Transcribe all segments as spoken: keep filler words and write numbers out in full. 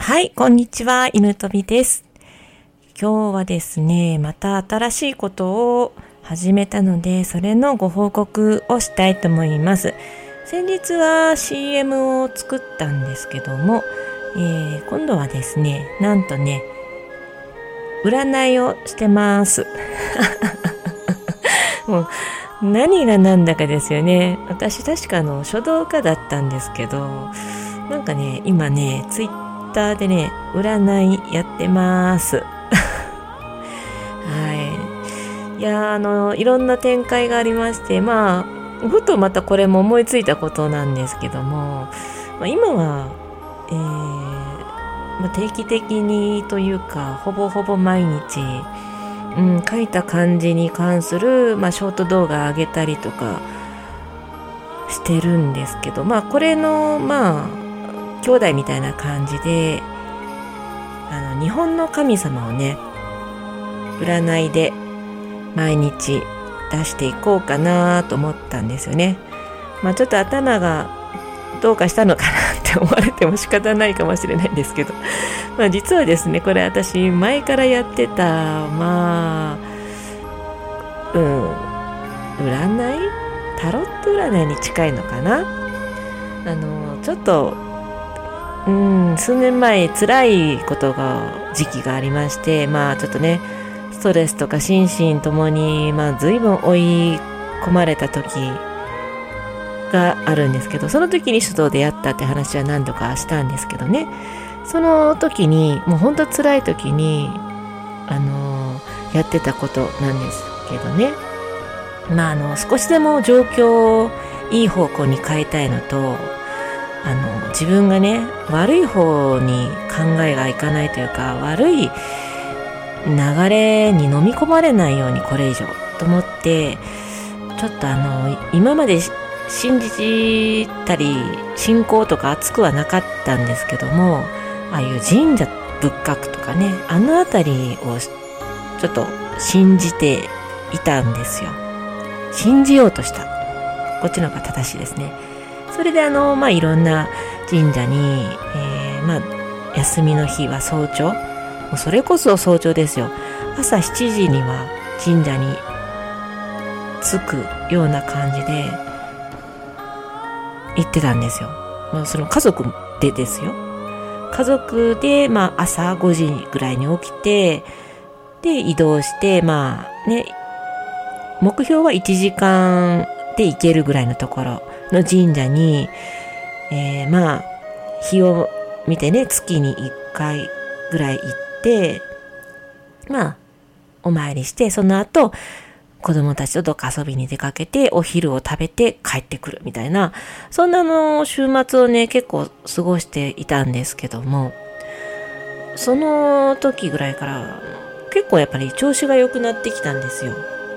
はい、こんにちは、犬飛びです。今日はですね、また新しいことを始めたので、それのご報告をしたいと思います。先日は シーエム を作ったんですけども、えー、今度はですね、なんとね、占いをしてます。もう何が何だかですよね。私確かあの書道家だったんですけど、なんかね、今ね、ツイッターでね、占いやってます。はい。いや、あの、いろんな展開がありまして、まあ、ふとまたこれも思いついたことなんですけども、まあ、今は、えーまあ、定期的にというか、ほぼほぼ毎日、うん、書いた漢字に関する、まあ、ショート動画上げたりとかしてるんですけど、まあ、これの、まあ、兄弟みたいな感じで、あの、日本の神様をね、占いで毎日出していこうかなと思ったんですよね。まあ、ちょっと頭がどうかしたのかなって思われても仕方ないかもしれないんですけど、まあ実はですね、これ私前からやってた、まあ、うん、占い？タロット占いに近いのかな？あの、ちょっと、うん、数年前辛いことが、時期がありまして、まあちょっとね、ストレスとか心身ともに、まあ随分追い込まれた時があるんですけど、その時に書道でやったって話は何度かしたんですけどね、その時にもうほんと辛い時にあのー、やってたことなんですけどね、まああの少しでも状況をいい方向に変えたいのと、あの自分がね悪い方に考えがいかないというか、悪い流れに飲み込まれないようにこれ以上と思って、ちょっとあの今まで信じたり信仰とか熱くはなかったんですけども、ああいう神社仏閣とかね、あのあたりをちょっと信じていたんですよ。信じようとした、こっちの方が正しいですね。それであのまあいろんな神社に、えー、まあ休みの日は早朝、もうそれこそ早朝ですよ。朝しちじには神社に着くような感じで行ってたんですよ。まあ、その家族でですよ。家族で、まあ、朝ごじぐらいに起きて、で、移動して、まあ、ね、目標はいちじかんで行けるぐらいのところの神社に、えー、まあ、日を見てね、月にいっかいぐらい行って、まあ、お参りして、その後、子供たちとどっか遊びに出かけて、お昼を食べて帰ってくるみたいな、そんなの週末をね、結構過ごしていたんですけども、その時ぐらいから結構やっぱり調子が良くなってきたんですよ。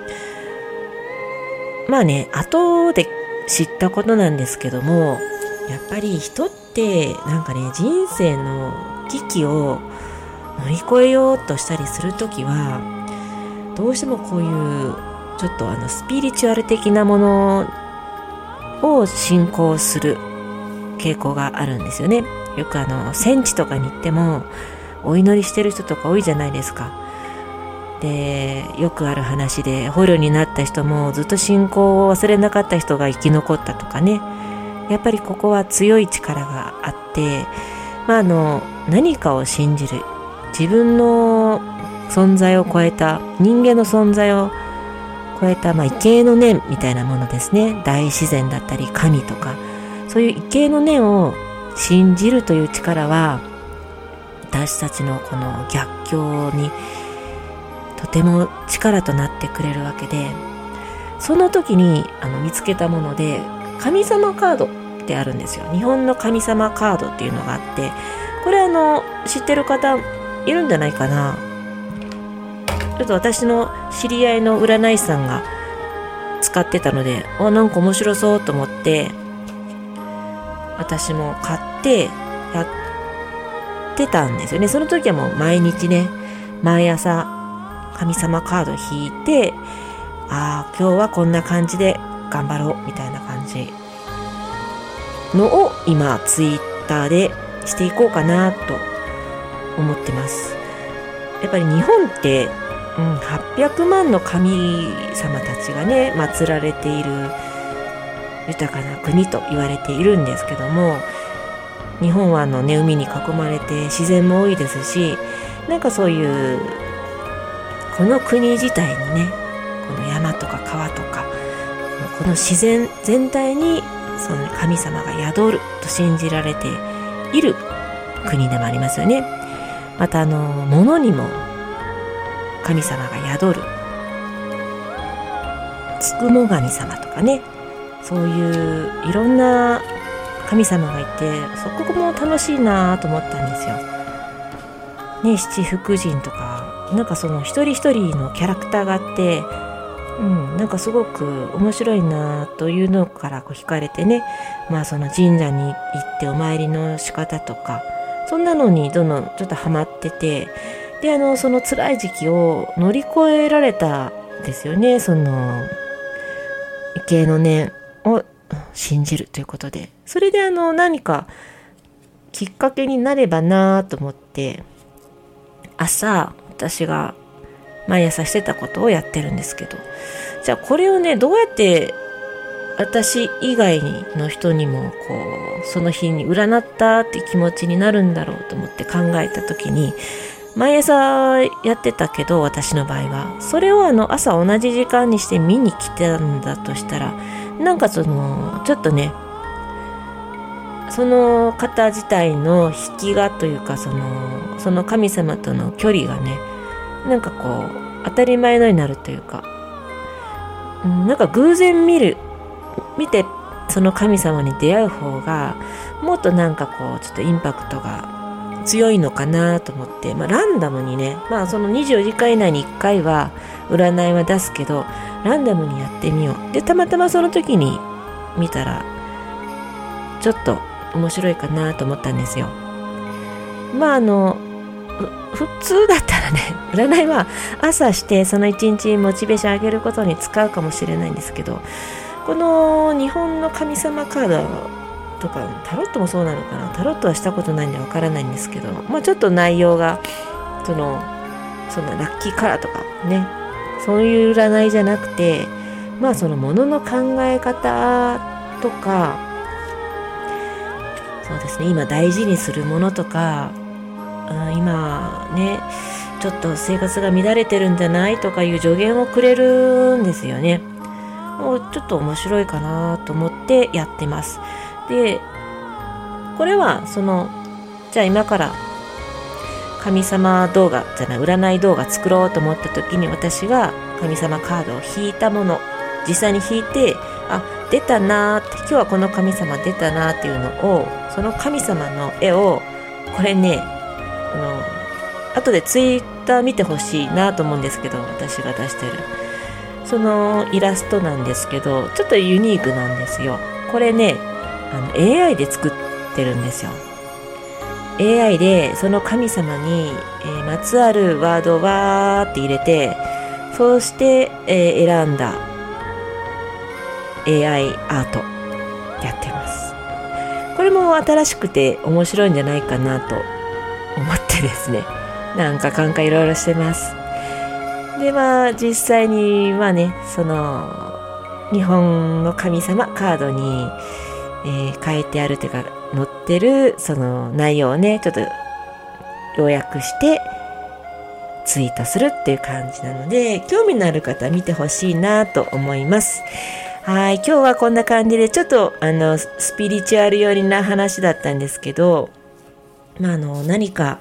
まあね、後で知ったことなんですけども、やっぱり人ってなんかね、人生の危機を乗り越えようとしたりするときは、どうしてもこういうちょっとあのスピリチュアル的なものを信仰する傾向があるんですよね。よくあの戦地とかに行ってもお祈りしてる人とか多いじゃないですか。で、よくある話で捕虜になった人もずっと信仰を忘れなかった人が生き残ったとかね。やっぱりここは強い力があって、まああの何かを信じる、自分の存在を超えた、人間の存在を超えた、まあ、異形の念みたいなものですね。大自然だったり神とか、そういう異形の念を信じるという力は、私たちのこの逆境にとても力となってくれるわけで、その時にあの見つけたもので、神様カードってあるんですよ。日本の神様カードっていうのがあって、これあの知ってる方いるんじゃないかな。ちょっと私の知り合いの占い師さんが使ってたので、あ、なんか面白そうと思って私も買ってやってたんですよね。その時はもう毎日ね、毎朝神様カード引いて、ああ今日はこんな感じで頑張ろうみたいな感じのを今ツイッターでしていこうかなと思ってます。やっぱり日本って、うん、はっぴゃくまんの神様たちがね祀られている豊かな国と言われているんですけども、日本はあの、ね、海に囲まれて自然も多いですし、なんかそういうこの国自体にね、この山とか川とかこの自然全体にその神様が宿ると信じられている国でもありますよね。またあの物にも神様が宿るつくも神様とかね、そういういろんな神様がいて、そこも楽しいなと思ったんですよね。七福神とか、なんかその一人一人のキャラクターがあって、うん、なんかすごく面白いなというのからこう惹かれてね、まあその神社に行ってお参りの仕方とか、そんなのにどんどんちょっとハマってて、であのその辛い時期を乗り越えられたんですよね。その畏敬の念を信じるということで、それであの何かきっかけになればなと思って、朝私が毎朝してたことをやってるんですけど、じゃあこれをねどうやって私以外の人にもこうその日に占ったって気持ちになるんだろうと思って考えた時に、毎朝やってたけど私の場合はそれをあの朝同じ時間にして見に来たんだとしたら、なんかそのちょっとねその方自体の引きがというか、そのその神様との距離がね、なんかこう当たり前のようになるというか、うん、なんか偶然見る見てその神様に出会う方がもっとなんかこうちょっとインパクトが強いのかなと思って、まあ、ランダムにね、まあそのにじゅうよじかん以内にいっかいは占いは出すけど、ランダムにやってみよう。でたまたまその時に見たらちょっと面白いかなと思ったんですよ。まああの普通だったらね、占いは朝してその一日モチベーション上げることに使うかもしれないんですけど、この日本の神様カードとかタロットもそうなのかな、タロットはしたことないんでわからないんですけど、まあちょっと内容がそのそんなラッキーカラーとかね、そういう占いじゃなくて、まあそのものの考え方とか、そうですね、今大事にするものとか、今ねちょっと生活が乱れてるんじゃないとかいう助言をくれるんですよね。もうちょっと面白いかなと思ってやってます。でこれはそのじゃあ今から神様動画じゃない占い動画作ろうと思った時に、私が神様カードを引いたもの実際に引いて、あ出たなーって、今日はこの神様出たなーっていうのを、その神様の絵をこれねあの後でツイッター見てほしいなと思うんですけど、私が出してるそのイラストなんですけど、ちょっとユニークなんですよ。これねあの エーアイ で作ってるんですよ。 エーアイ でその神様に、えー、まつわるワードをわーって入れて、そうして、えー、選んだ エーアイ アートやってます。これも新しくて面白いんじゃないかなと思ってですね、なんか考えいろいろしてます。でまあ実際にまあね、その日本の神様カードに、えー、書いてあるというか載ってるその内容をねちょっと要約してツイートするっていう感じなので、興味のある方は見てほしいなと思います。はい、今日はこんな感じでちょっとあのスピリチュアル寄りな話だったんですけど、まああの何か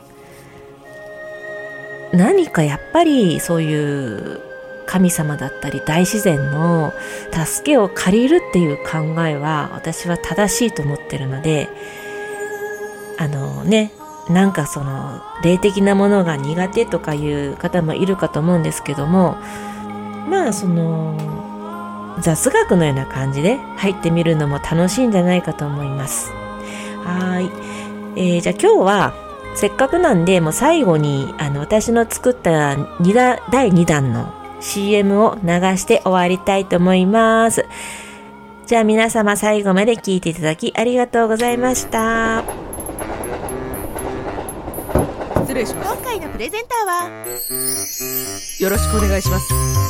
何かやっぱりそういう神様だったり大自然の助けを借りるっていう考えは私は正しいと思ってるので、あのねなんかその霊的なものが苦手とかいう方もいるかと思うんですけども、まあその雑学のような感じで入ってみるのも楽しいんじゃないかと思います。はい、えー、じゃあ今日はせっかくなんでもう最後にあの私の作ったにだだいにだんの シーエム を流して終わりたいと思います。じゃあ皆様最後まで聞いていただきありがとうございました。 失礼します。 今回のプレゼンターはよろしくお願いします。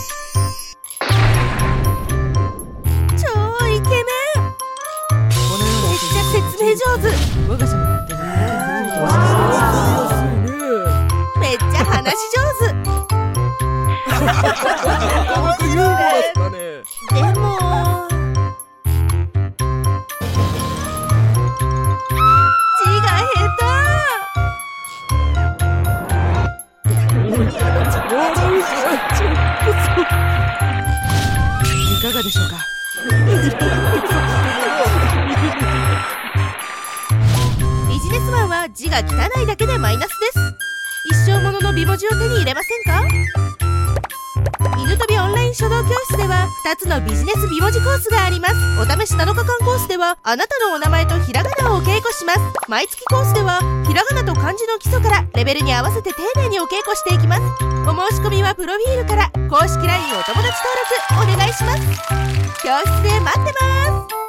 超イケメン。めっちゃ説明上手。 我が社のめっちゃ話し上手。でも字が下いかがでしょうか。 ビジネスマンは字が汚いだけでマイナスです。一生ものの美文字を手に入れませんか？犬飛びオンライン書道教室ではふたつのビジネス美文字コースがあります。お試しなのかかんコースではあなたのお名前とひらがなをお稽古します。毎月コースではひらがなと漢字の基礎からレベルに合わせて丁寧にお稽古していきます。お申し込みはプロフィールから。公式 ライン お友達登録お願いします。教室で待ってます。